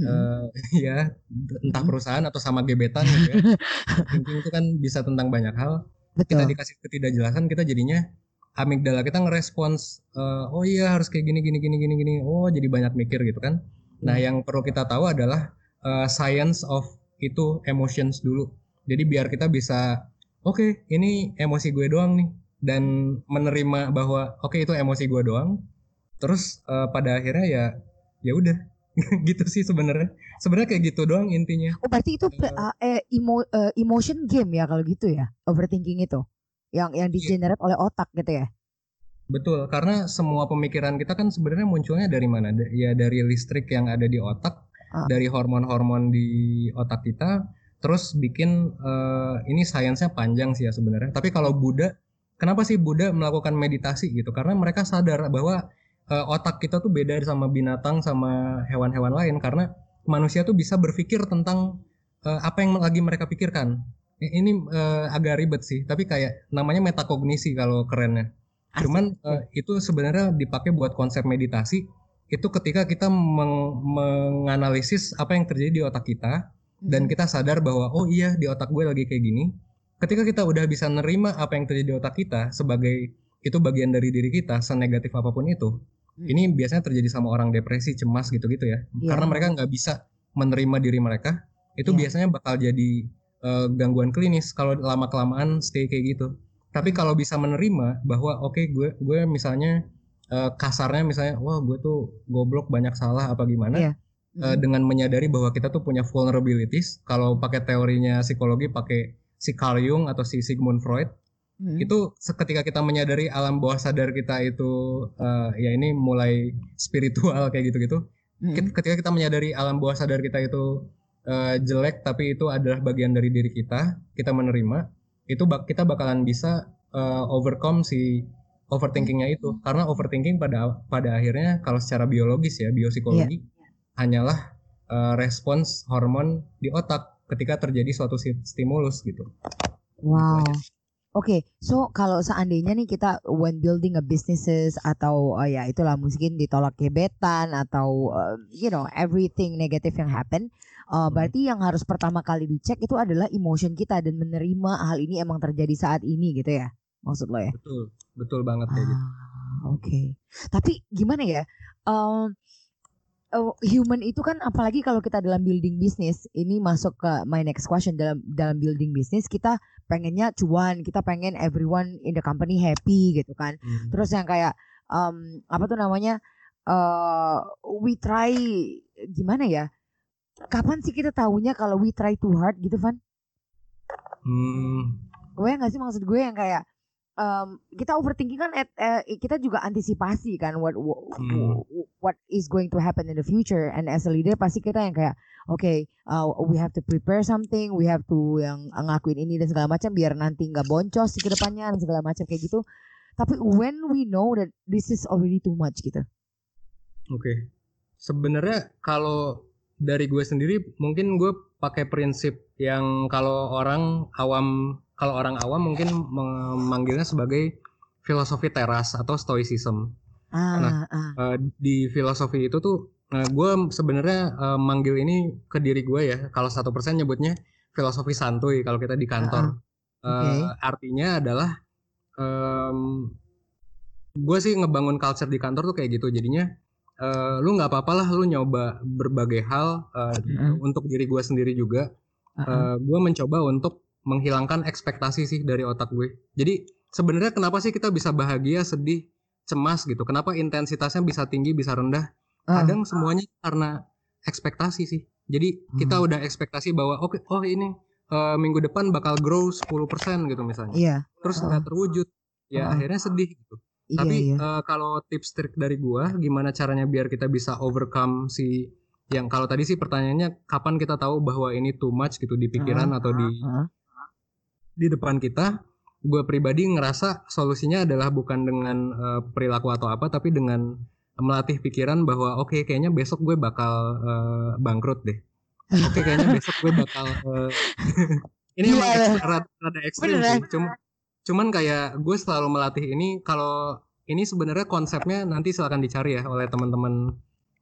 ya entah perusahaan atau sama gebetan gitu ya. Overthinking itu kan bisa tentang banyak hal. Kita dikasih ketidakjelasan, kita jadinya amigdala kita ngerespons, oh iya harus kayak gini, oh jadi banyak mikir gitu kan. Nah yang perlu kita tahu adalah science of itu emotions dulu. Jadi biar kita bisa, oke, ini emosi gue doang nih, dan menerima bahwa oke, itu emosi gue doang. Terus pada akhirnya ya udah gitu sih sebenarnya. Sebenarnya kayak gitu doang intinya. Oh berarti itu emotion game ya kalau gitu ya, overthinking itu? Yang di-generate oleh otak gitu ya? Betul, karena semua pemikiran kita kan sebenarnya munculnya dari mana? Ya dari listrik yang ada di otak, dari hormon-hormon di otak kita, terus bikin ini sainsnya panjang sih ya sebenarnya. Tapi kalau Buddha, kenapa sih Buddha melakukan meditasi gitu? Karena mereka sadar bahwa otak kita tuh beda sama binatang, sama hewan-hewan lain, karena manusia tuh bisa berpikir tentang apa yang lagi mereka pikirkan. Ini agak ribet sih, tapi kayak namanya metakognisi kalau kerennya. Cuman itu sebenarnya dipakai buat konsep meditasi. Itu ketika kita menganalisis apa yang terjadi di otak kita, dan kita sadar bahwa oh iya di otak gue lagi kayak gini. Ketika kita udah bisa nerima apa yang terjadi di otak kita sebagai itu bagian dari diri kita, senegatif apapun itu, ini biasanya terjadi sama orang depresi, cemas gitu-gitu ya. Karena mereka nggak bisa menerima diri mereka, itu biasanya bakal jadi gangguan klinis kalau lama kelamaan stay kayak gitu. Tapi kalau bisa menerima bahwa oke, gue misalnya kasarnya misalnya wah gue tuh goblok, banyak salah apa gimana, dengan menyadari bahwa kita tuh punya vulnerabilities. Kalau pakai teorinya psikologi, pakai si Carl Jung atau si Sigmund Freud, itu ketika kita menyadari alam bawah sadar kita itu ya ini mulai spiritual kayak gitu-gitu. Ketika kita menyadari alam bawah sadar kita itu jelek tapi itu adalah bagian dari diri kita menerima, itu kita bakalan bisa overcome si overthinkingnya itu. Karena overthinking pada akhirnya kalau secara biologis ya, biopsikologi, hanyalah respons hormon di otak ketika terjadi suatu stimulus gitu. Wow. Oke, so kalau seandainya nih kita when building a businesses atau ya itulah mungkin ditolak gebetan atau everything negatif yang happen, berarti yang harus pertama kali dicek itu adalah emotion kita dan menerima hal ini emang terjadi saat ini gitu ya, maksud lo ya? Betul banget kayak gitu. Oke. Tapi gimana ya? Human itu kan apalagi kalau kita dalam building bisnis, ini masuk ke my next question, dalam building bisnis kita pengennya cuan, kita pengen everyone in the company happy gitu kan. Terus yang kayak apa tuh namanya, we try, gimana ya, kapan sih kita tahunya kalau we try too hard gitu Van? Gue nggak sih, maksud gue yang kayak kita overthinking kan kita juga antisipasi kan what is going to happen in the future, and as a leader pasti kita yang kayak we have to prepare something, we have to yang ngakuin ini dan segala macam biar nanti nggak boncos ke depannya dan segala macam kayak gitu. Tapi when we know that this is already too much gitu. Sebenarnya kalau dari gue sendiri mungkin gue pakai prinsip yang kalau orang awam mungkin memanggilnya sebagai filosofi teras atau stoicism. Di filosofi itu tuh gue sebenarnya manggil ini ke diri gue ya. Kalau 1% nyebutnya filosofi santuy kalau kita di kantor. Artinya adalah gue sih ngebangun culture di kantor tuh kayak gitu. Jadinya lu nggak apa-apa lah lu nyoba berbagai hal untuk diri gue sendiri juga. Gue mencoba untuk menghilangkan ekspektasi sih dari otak gue. Jadi sebenarnya kenapa sih kita bisa bahagia, sedih, cemas gitu? Kenapa intensitasnya bisa tinggi, bisa rendah? Kadang semuanya karena ekspektasi sih. Jadi kita udah ekspektasi bahwa ini minggu depan bakal grow 10% gitu misalnya. Iya. Terus nggak terwujud, ya akhirnya sedih gitu. Tapi kalau tips trik dari gua, gimana caranya biar kita bisa overcome yang kalau tadi sih pertanyaannya kapan kita tahu bahwa ini too much gitu di pikiran atau di depan kita. Gua pribadi ngerasa solusinya adalah bukan dengan perilaku atau apa, tapi dengan melatih pikiran bahwa kayaknya besok gue bakal bangkrut deh. Kayaknya besok gue bakal ini emang rada ekstrim sih. Cuman kayak gue selalu melatih ini. Kalau ini sebenarnya konsepnya nanti silakan dicari ya oleh teman-teman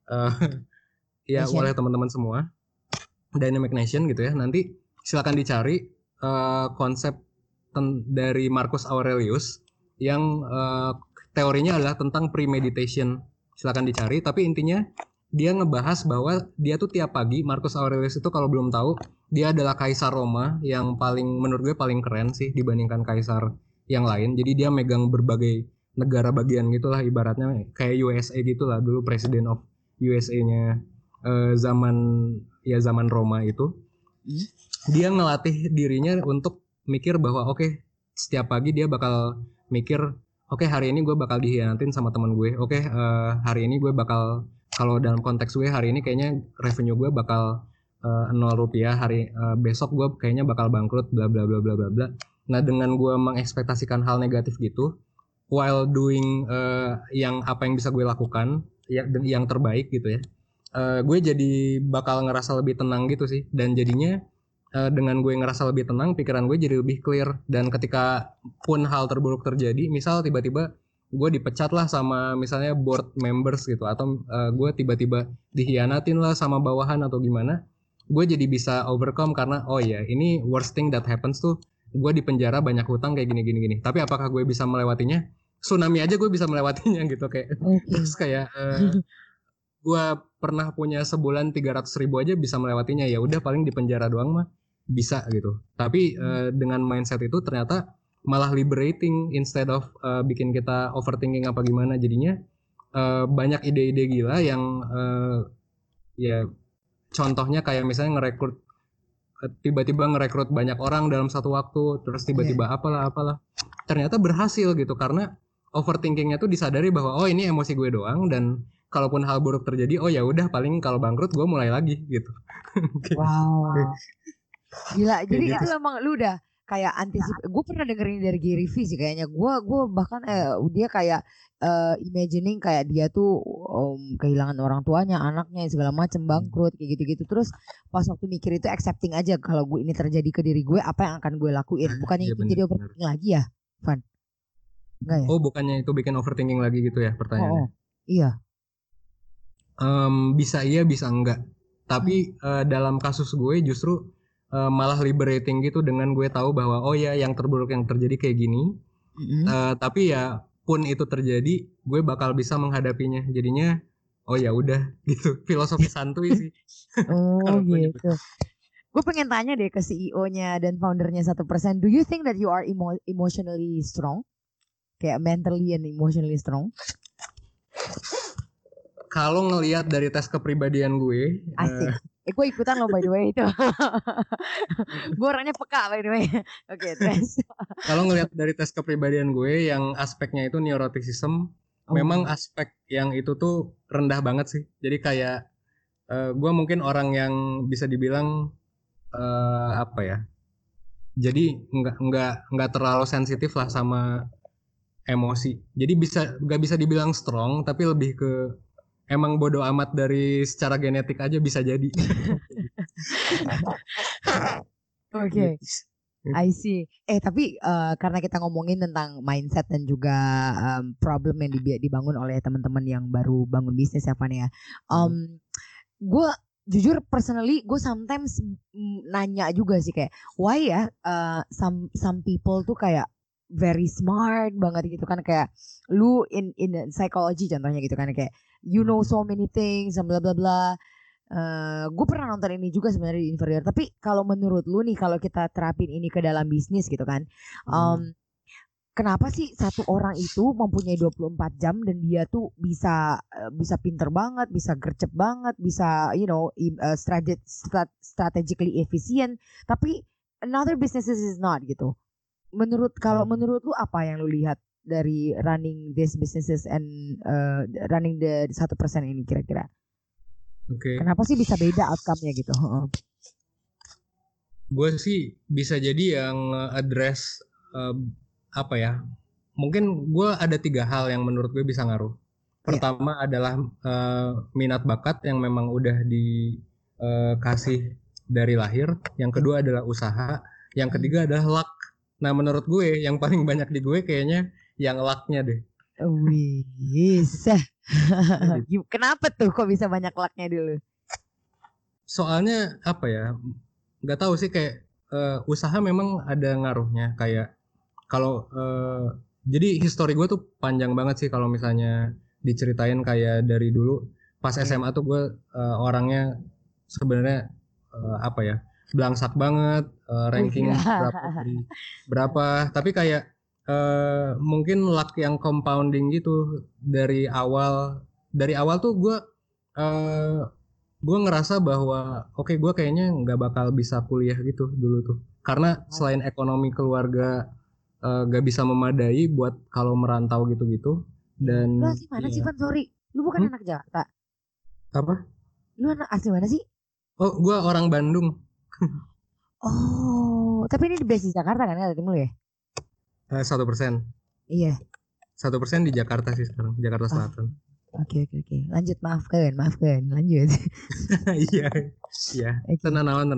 oleh teman-teman semua Dynamic Nation gitu ya. Nanti silakan dicari konsep dari Marcus Aurelius yang teorinya adalah tentang premeditation. Silakan dicari, tapi intinya dia ngebahas bahwa dia tuh tiap pagi, Marcus Aurelius itu kalau belum tahu, dia adalah kaisar Roma yang menurut gue paling keren sih dibandingkan kaisar yang lain. Jadi dia megang berbagai negara bagian gitulah, ibaratnya kayak USA gitulah, dulu President of USA-nya zaman Roma itu. Dia ngelatih dirinya untuk mikir bahwa setiap pagi dia bakal mikir hari ini gue bakal dihianatin sama teman gue. Hari ini gue bakal, kalau dalam konteks gue hari ini kayaknya revenue gue bakal 0 rupiah. Besok gue kayaknya bakal bangkrut, bla bla bla bla bla bla. Nah, dengan gue mengekspektasikan hal negatif gitu, while doing apa yang bisa gue lakukan, yang terbaik gitu ya, gue jadi bakal ngerasa lebih tenang gitu sih. Dan jadinya dengan gue ngerasa lebih tenang, pikiran gue jadi lebih clear. Dan ketika pun hal terburuk terjadi, misal tiba-tiba gue dipecat lah sama misalnya board members gitu, atau gue tiba-tiba dihianatin lah sama bawahan atau gimana, gue jadi bisa overcome karena ini worst thing that happens tuh gue di penjara, banyak hutang kayak gini. Tapi apakah gue bisa melewatinya? Tsunami aja gue bisa melewatinya gitu kayak. Terus kayak gue pernah punya sebulan 300.000 aja bisa melewatinya. Ya udah, paling di penjara doang mah bisa gitu. Tapi dengan mindset itu ternyata malah liberating instead of bikin kita overthinking apa gimana. Jadinya banyak ide-ide gila yang contohnya kayak misalnya tiba-tiba ngerekrut banyak orang dalam satu waktu, terus tiba-tiba apalah ternyata berhasil gitu, karena overthinkingnya tuh disadari bahwa ini emosi gue doang, dan kalaupun hal buruk terjadi ya udah, paling kalau bangkrut gue mulai lagi gitu. Wow. Gila, jadi gitu. Itu emang lu udah kayak gue pernah dengerin dari Gary Vee sih kayaknya. Gue bahkan dia kayak imagining kayak dia tuh kehilangan orang tuanya, anaknya, segala macem, bangkrut kayak gitu-gitu. Terus pas waktu mikir itu accepting aja kalau gue ini terjadi ke diri gue, apa yang akan gue lakuin. Bukannya itu jadi overthinking lagi ya, Van? Enggak ya? Bukannya itu bikin overthinking lagi gitu ya pertanyaannya? Iya. Bisa iya, bisa enggak. Tapi dalam kasus gue justru malah liberating gitu, dengan gue tahu bahwa yang terburuk yang terjadi kayak gini. Tapi ya pun itu terjadi, gue bakal bisa menghadapinya. Jadinya ya udah gitu. Filosofi santuy sih. Gitu. Gue pengen tanya deh ke CEO-nya dan foundernya 1%. Do you think that you are emotionally strong? Kayak mentally and emotionally strong? Kalau ngelihat dari tes kepribadian gue, asik. Gue ikutan loh by the way itu. Gue orangnya peka by the way. Oke, terus. Kalau ngelihat dari tes kepribadian gue yang aspeknya itu neuroticism, memang aspek yang itu tuh rendah banget sih. Jadi kayak gue mungkin orang yang bisa dibilang apa ya? Jadi nggak terlalu sensitif lah sama emosi. Jadi nggak bisa dibilang strong, tapi lebih ke emang bodo amat dari secara genetik aja bisa jadi. Oke. I see. Tapi karena kita ngomongin tentang mindset dan juga problem yang dibangun oleh teman-teman yang baru bangun bisnis ya, Van ya. Gue jujur personally gue sometimes nanya juga sih kayak why ya some people tuh kayak very smart banget gitu kan, kayak lu in psychology contohnya gitu kan, kayak you know so many things bla bla bla. Gue pernah nonton ini juga sebenarnya di Inferior. Tapi kalau menurut lu nih, kalau kita terapin ini ke dalam bisnis gitu kan, kenapa sih satu orang itu mempunyai 24 jam dan dia tuh bisa pinter banget, bisa gercep banget, bisa strategically efficient, tapi another businesses is not gitu. Kalau menurut lu apa yang lu lihat dari running these businesses and running the 1% ini kira-kira? Kenapa sih bisa beda outcome-nya gitu? Gue sih bisa jadi yang address apa ya? Mungkin gue ada 3 hal yang menurut gue bisa ngaruh. Pertama adalah minat bakat yang memang udah dikasih dari lahir. Yang kedua adalah usaha. Yang ketiga adalah luck. Nah menurut gue yang paling banyak di gue kayaknya yang luck-nya deh. Wih, kenapa tuh kok bisa banyak luck-nya dulu? Soalnya apa ya? Nggak tahu sih, kayak usaha memang ada ngaruhnya. Kayak kalau jadi history gue tuh panjang banget sih kalau misalnya diceritain. Kayak dari dulu pas SMA tuh gue orangnya sebenarnya apa ya, belangsak banget, ranking berapa. Tapi kayak mungkin luck yang compounding gitu dari awal tuh gue ngerasa bahwa gue kayaknya nggak bakal bisa kuliah gitu dulu tuh, karena selain ekonomi keluarga gak bisa memadai buat kalau merantau gitu-gitu. Dan lu asli mana sih, Van? Sorry, lu bukan anak Jakarta? Apa? Lu anak asli mana sih? Oh, gue orang Bandung. Oh, tapi ini di base di Jakarta kan ya, tim lu ya? 1%. Iya. 1% di Jakarta sih sekarang, Jakarta Selatan. Oke. Lanjut, maafkan. Lanjut. Iya. Tenanawan.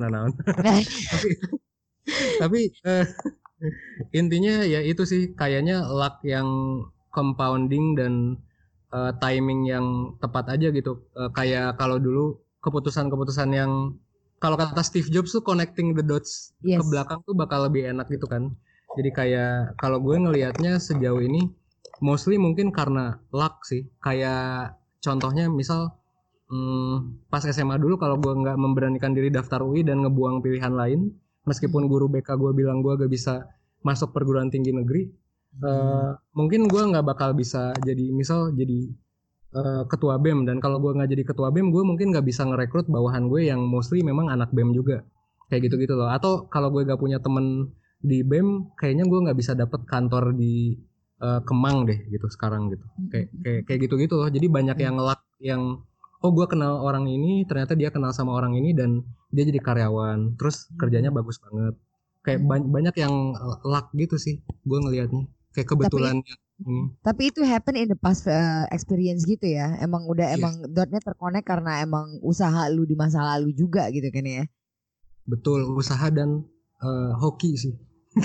Tapi intinya ya itu sih, kayaknya luck yang compounding dan timing yang tepat aja gitu. Kayak kalau dulu keputusan-keputusan yang kalau kata Steve Jobs tuh connecting the dots ke belakang tuh bakal lebih enak gitu kan. Jadi kayak kalau gue ngelihatnya sejauh ini mostly mungkin karena luck sih. Kayak contohnya misal pas SMA dulu kalau gue nggak memberanikan diri daftar UI dan ngebuang pilihan lain, meskipun guru BK gue bilang gue gak bisa masuk perguruan tinggi negeri, mungkin gue nggak bakal bisa jadi ketua BEM. Dan kalau gue nggak jadi ketua BEM, gue mungkin nggak bisa ngerekrut bawahan gue yang mostly memang anak BEM juga, kayak gitu loh. Atau kalau gue nggak punya temen di BEM, kayaknya gue nggak bisa dapet kantor di Kemang deh gitu sekarang gitu. Kayak gitu loh. Jadi banyak yang luck, yang gue kenal orang ini, ternyata dia kenal sama orang ini dan dia jadi karyawan, terus kerjanya bagus banget. Kayak banyak yang luck gitu sih gue ngelihatnya, kayak kebetulan. Tapi itu happen in the past experience gitu ya. Emang dotnya terkonek karena emang usaha lu di masa lalu juga gitu kan ya. Betul, usaha dan hoki sih.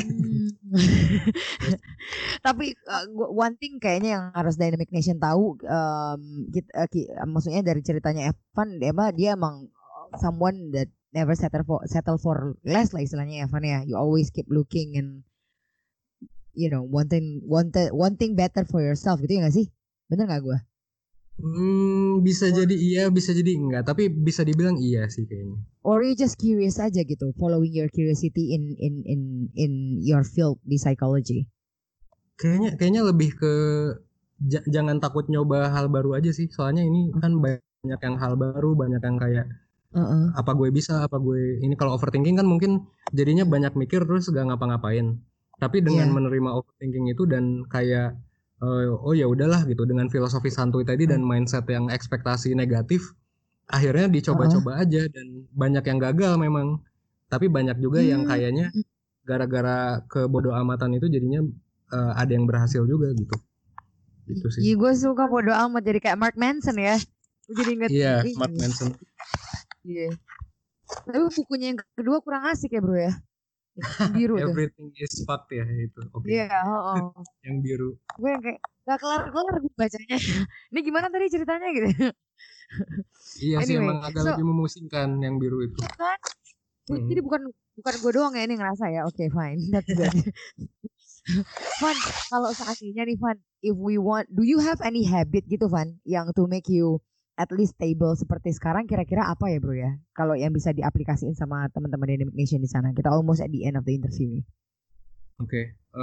Tapi one thing kayaknya yang harus Dynamic Nation tahu, maksudnya dari ceritanya Evan, dia emang someone that never settle for less lah istilahnya, Evan ya. You always keep looking and wanting better for yourself gitu ya nggak sih? Bener nggak gue? Bisa jadi iya, bisa jadi enggak, tapi bisa dibilang iya sih kayaknya. Or you just curious aja gitu, following your curiosity in your field di psychology. Kayaknya lebih ke jangan takut nyoba hal baru aja sih. Soalnya ini kan banyak yang hal baru, banyak yang kayak apa gue bisa, apa gue ini. Kalau overthinking kan mungkin jadinya banyak mikir terus gak ngapa-ngapain. Tapi dengan menerima overthinking itu dan kayak ya udahlah gitu, dengan filosofi santuy tadi dan mindset yang ekspektasi negatif, akhirnya dicoba-coba aja. Dan banyak yang gagal memang, tapi banyak juga yang kayaknya gara-gara kebodoh amatan itu jadinya ada yang berhasil juga gitu. Gitu sih. Iya, gue suka bodo amat, jadi kayak Mark Manson ya. Gue jadi inget. Iya, Mark Manson. Iya. Tapi bukunya yang kedua kurang asik ya bro ya. Biru tuh. Everything is fucked ya itu. Oke. Iya, Yang biru. Gue yang kayak gak kelar gue bacanya. Ini gimana tadi ceritanya gitu. Iya sih, emang agak lebih memusingkan yang biru itu. Kan? Jadi bukan gue doang ya ini ngerasa ya. Oke, fine. That's good. Van, kalau seandainya nih Van, if we want, do you have any habit gitu Van, yang to make you at least stable seperti sekarang, kira-kira apa ya bro ya? Kalau yang bisa diaplikasiin sama teman-teman Dynamic Nation di sana, kita almost at the end of the interview nih. Oke,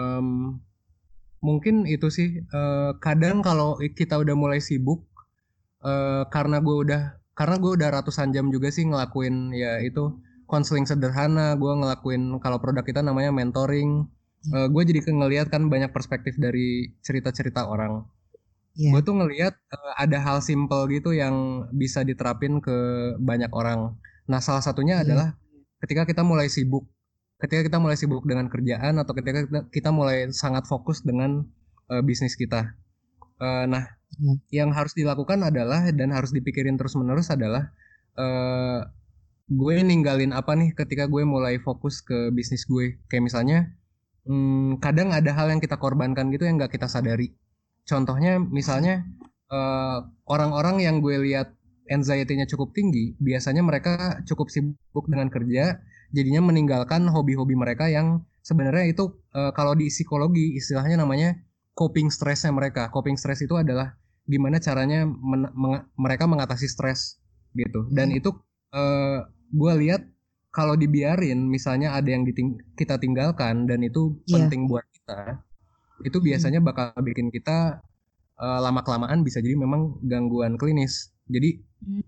mungkin itu sih. Kadang kalau kita udah mulai sibuk, karena gue udah ratusan jam juga sih ngelakuin ya itu konseling sederhana. Gue ngelakuin, kalau produk kita namanya mentoring. Gue jadi ngelihat kan banyak perspektif dari cerita-cerita orang. Gue tuh ngelihat ada hal simple gitu yang bisa diterapin ke banyak orang. Nah, salah satunya adalah ketika kita mulai sibuk dengan kerjaan, atau ketika kita mulai sangat fokus dengan bisnis kita. Nah, yang harus dilakukan adalah, dan harus dipikirin terus-menerus adalah, gue ninggalin apa nih ketika gue mulai fokus ke bisnis gue. Kayak misalnya, kadang ada hal yang kita korbankan gitu yang gak kita sadari. Contohnya misalnya, orang-orang yang gue lihat anxiety-nya cukup tinggi, biasanya mereka cukup sibuk dengan kerja, jadinya meninggalkan hobi-hobi mereka yang sebenarnya itu kalau di psikologi istilahnya namanya coping stress-nya mereka. Coping stress itu adalah gimana caranya mereka mengatasi stres gitu. Dan itu gue lihat kalau dibiarin, misalnya ada yang kita tinggalkan dan itu penting buat kita, itu biasanya bakal bikin kita lama-kelamaan bisa jadi memang gangguan klinis. Jadi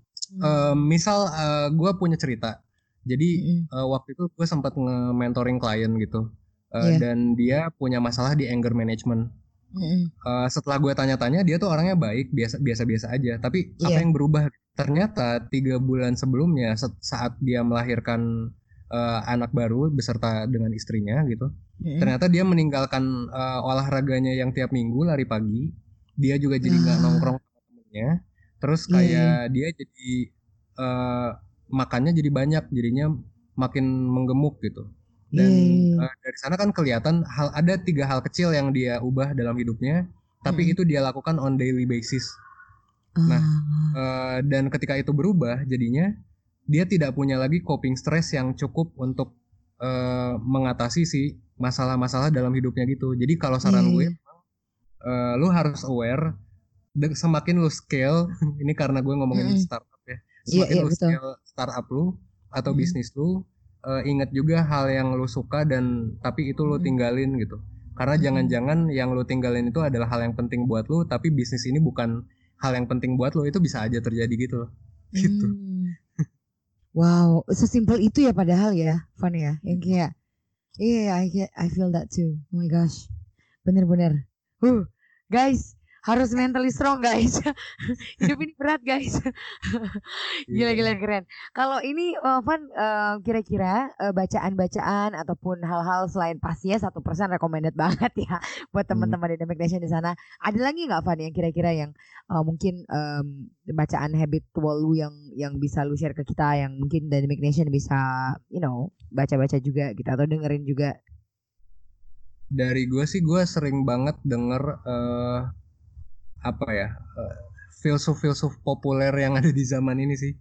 misal gue punya cerita. Jadi waktu itu gue sempat nge-mentoring klien gitu, dan dia punya masalah di anger management. Setelah gue tanya-tanya, dia tuh orangnya baik, biasa-biasa aja. Tapi apa yang berubah? Ternyata 3 bulan sebelumnya, saat dia melahirkan anak baru beserta dengan istrinya gitu, ternyata dia meninggalkan olahraganya yang tiap minggu lari pagi. Dia juga jadi nggak nongkrong sama temennya. Terus kayak dia jadi makannya jadi banyak, jadinya makin menggemuk gitu. Dan dari sana kan kelihatan ada 3 hal kecil yang dia ubah dalam hidupnya, tapi itu dia lakukan on daily basis. Nah, dan ketika itu berubah, jadinya dia tidak punya lagi coping stress yang cukup untuk mengatasi si masalah-masalah dalam hidupnya gitu. Jadi kalau saran gue, lu harus aware. Semakin lu scale, ini karena gue ngomongin startup ya, semakin lu scale startup lu atau bisnis lu, ingat juga hal yang lu suka dan tapi itu lu tinggalin gitu. Karena jangan-jangan yang lu tinggalin itu adalah hal yang penting buat lu, tapi bisnis ini bukan hal yang penting buat lu. Itu bisa aja terjadi gitu loh. Gitu. Wow, sesimpel itu ya padahal ya, Van ya. Yang kayak, I feel that too. Oh my gosh, bener-bener. Guys, harus mentally strong guys. Hidup ini berat guys. Gila keren. Kalau ini Van, kira-kira bacaan-bacaan ataupun hal-hal selain pastinya 1% recommended banget ya buat teman-teman Dynamic Nation di sana. Ada lagi nggak Van yang kira-kira yang mungkin bacaan habitual lu yang bisa lu share ke kita, yang mungkin Dynamic Nation bisa baca-baca juga gitu atau dengerin juga? Dari gue sih, gue sering banget denger filsuf populer yang ada di zaman ini sih.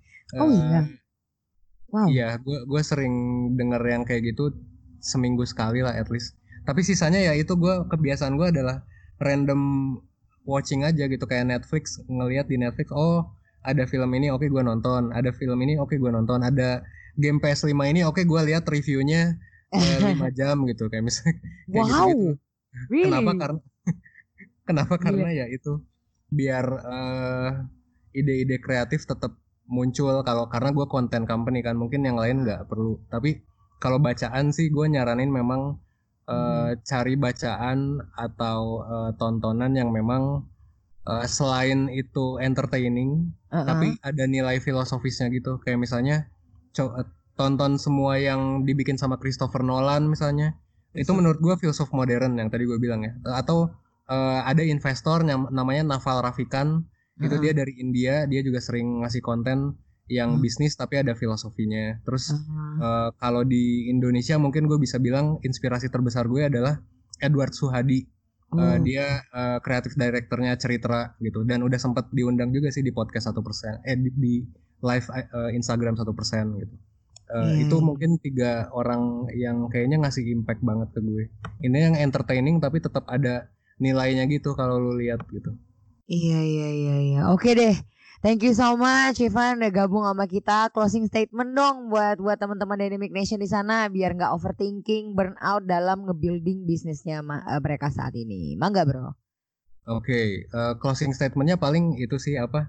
Wow. Iya, gue sering denger yang kayak gitu seminggu sekali lah at least. Tapi sisanya ya itu kebiasaan gue adalah random watching aja gitu, kayak Netflix, ngelihat di Netflix, oh ada film ini, oke gue nonton, ada film ini, oke gue nonton, ada game PS5 ini, oke gue lihat reviewnya 5 jam gitu, kayak misalnya kayak gitu. Really? Kenapa? Karena ya itu biar ide-ide kreatif tetap muncul. Karena gue content company kan, mungkin yang lain nggak perlu. Tapi kalau bacaan sih gue nyaranin memang cari bacaan atau tontonan yang memang selain itu entertaining, tapi ada nilai filosofisnya gitu. Kayak misalnya tonton semua yang dibikin sama Christopher Nolan misalnya. Itu menurut gue filsuf modern yang tadi gue bilang ya. Atau ada investor yang namanya Naval Ravikant. Itu dia dari India, dia juga sering ngasih konten yang bisnis tapi ada filosofinya. Terus kalau di Indonesia mungkin gue bisa bilang inspirasi terbesar gue adalah Edward Suhadi. Dia kreatif directornya Ceritra gitu, dan udah sempat diundang juga sih di podcast 1%, di live Instagram 1% gitu. Itu mungkin 3 orang yang kayaknya ngasih impact banget ke gue. Ini yang entertaining tapi tetap ada nilainya gitu kalau lu lihat gitu. Iya. Oke deh. Thank you so much Ivan udah gabung sama kita. Closing statement dong buat teman-teman Dynamic Nation di sana biar nggak overthinking, burnout dalam nge-building bisnisnya mereka saat ini. Mangga bro. Oke, closing statementnya paling itu sih apa?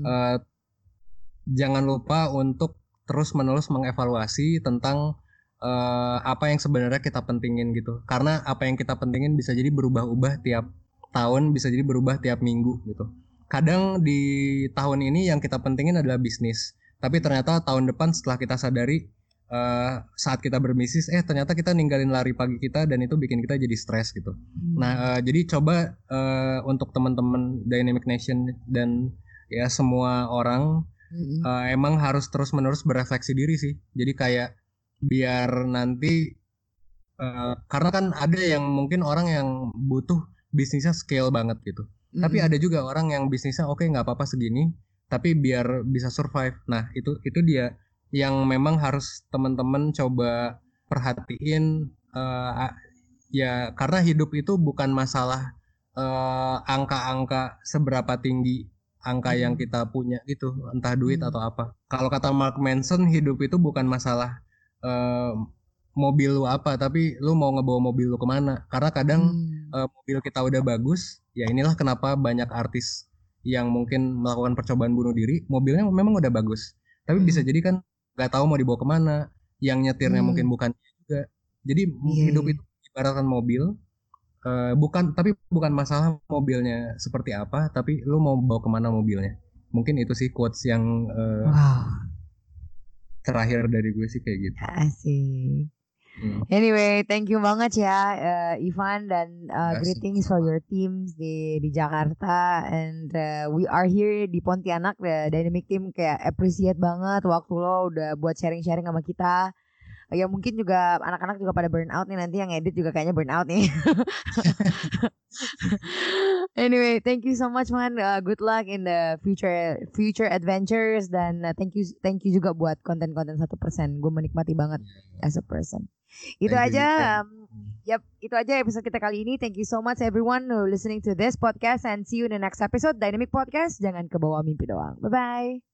Jangan lupa untuk terus-menerus mengevaluasi tentang apa yang sebenarnya kita pentingin gitu. Karena apa yang kita pentingin bisa jadi berubah-ubah tiap tahun, bisa jadi berubah tiap minggu gitu. Kadang di tahun ini yang kita pentingin adalah bisnis, tapi ternyata tahun depan setelah kita sadari saat kita berbisnis, ternyata kita ninggalin lari pagi kita dan itu bikin kita jadi stres gitu. Nah, jadi coba untuk teman-teman Dynamic Nation dan ya semua orang emang harus terus-menerus berefleksi diri sih. Jadi kayak biar nanti karena kan ada yang mungkin orang yang butuh bisnisnya scale banget gitu. Tapi ada juga orang yang bisnisnya oke nggak apa-apa segini, tapi biar bisa survive. Nah itu dia yang memang harus teman-teman coba perhatiin. Ya karena hidup itu bukan masalah angka-angka seberapa tinggi angka yang kita punya gitu, entah duit atau apa. Kalau kata Mark Manson, hidup itu bukan masalah mobil lu apa, tapi lu mau ngebawa mobil lu kemana. Karena kadang mobil kita udah bagus, ya inilah kenapa banyak artis yang mungkin melakukan percobaan bunuh diri, mobilnya memang udah bagus, tapi bisa jadi kan nggak tahu mau dibawa kemana, yang nyetirnya mungkin bukan juga. Jadi hidup itu ibaratkan mobil, bukan masalah mobilnya seperti apa, tapi lu mau bawa kemana mobilnya. Mungkin itu sih quotes yang terakhir dari gue sih kayak gitu. Asik. Anyway, thank you banget ya Ivan dan greetings for your teams di Jakarta and we are here di Pontianak, the Dynamic team kayak appreciate banget waktu lo udah buat sharing-sharing sama kita. Ya mungkin juga anak-anak juga pada burn out nih, nanti yang edit juga kayaknya burn out nih. Anyway, thank you so much man. Good luck in the future adventures dan thank you juga buat konten-konten 1%. Gue menikmati banget as a person. Itu aja. Itu aja episode kita kali ini. Thank you so much everyone who listening to this podcast and see you in the next episode Dynamic Podcast. Jangan kebawa mimpi doang. Bye bye.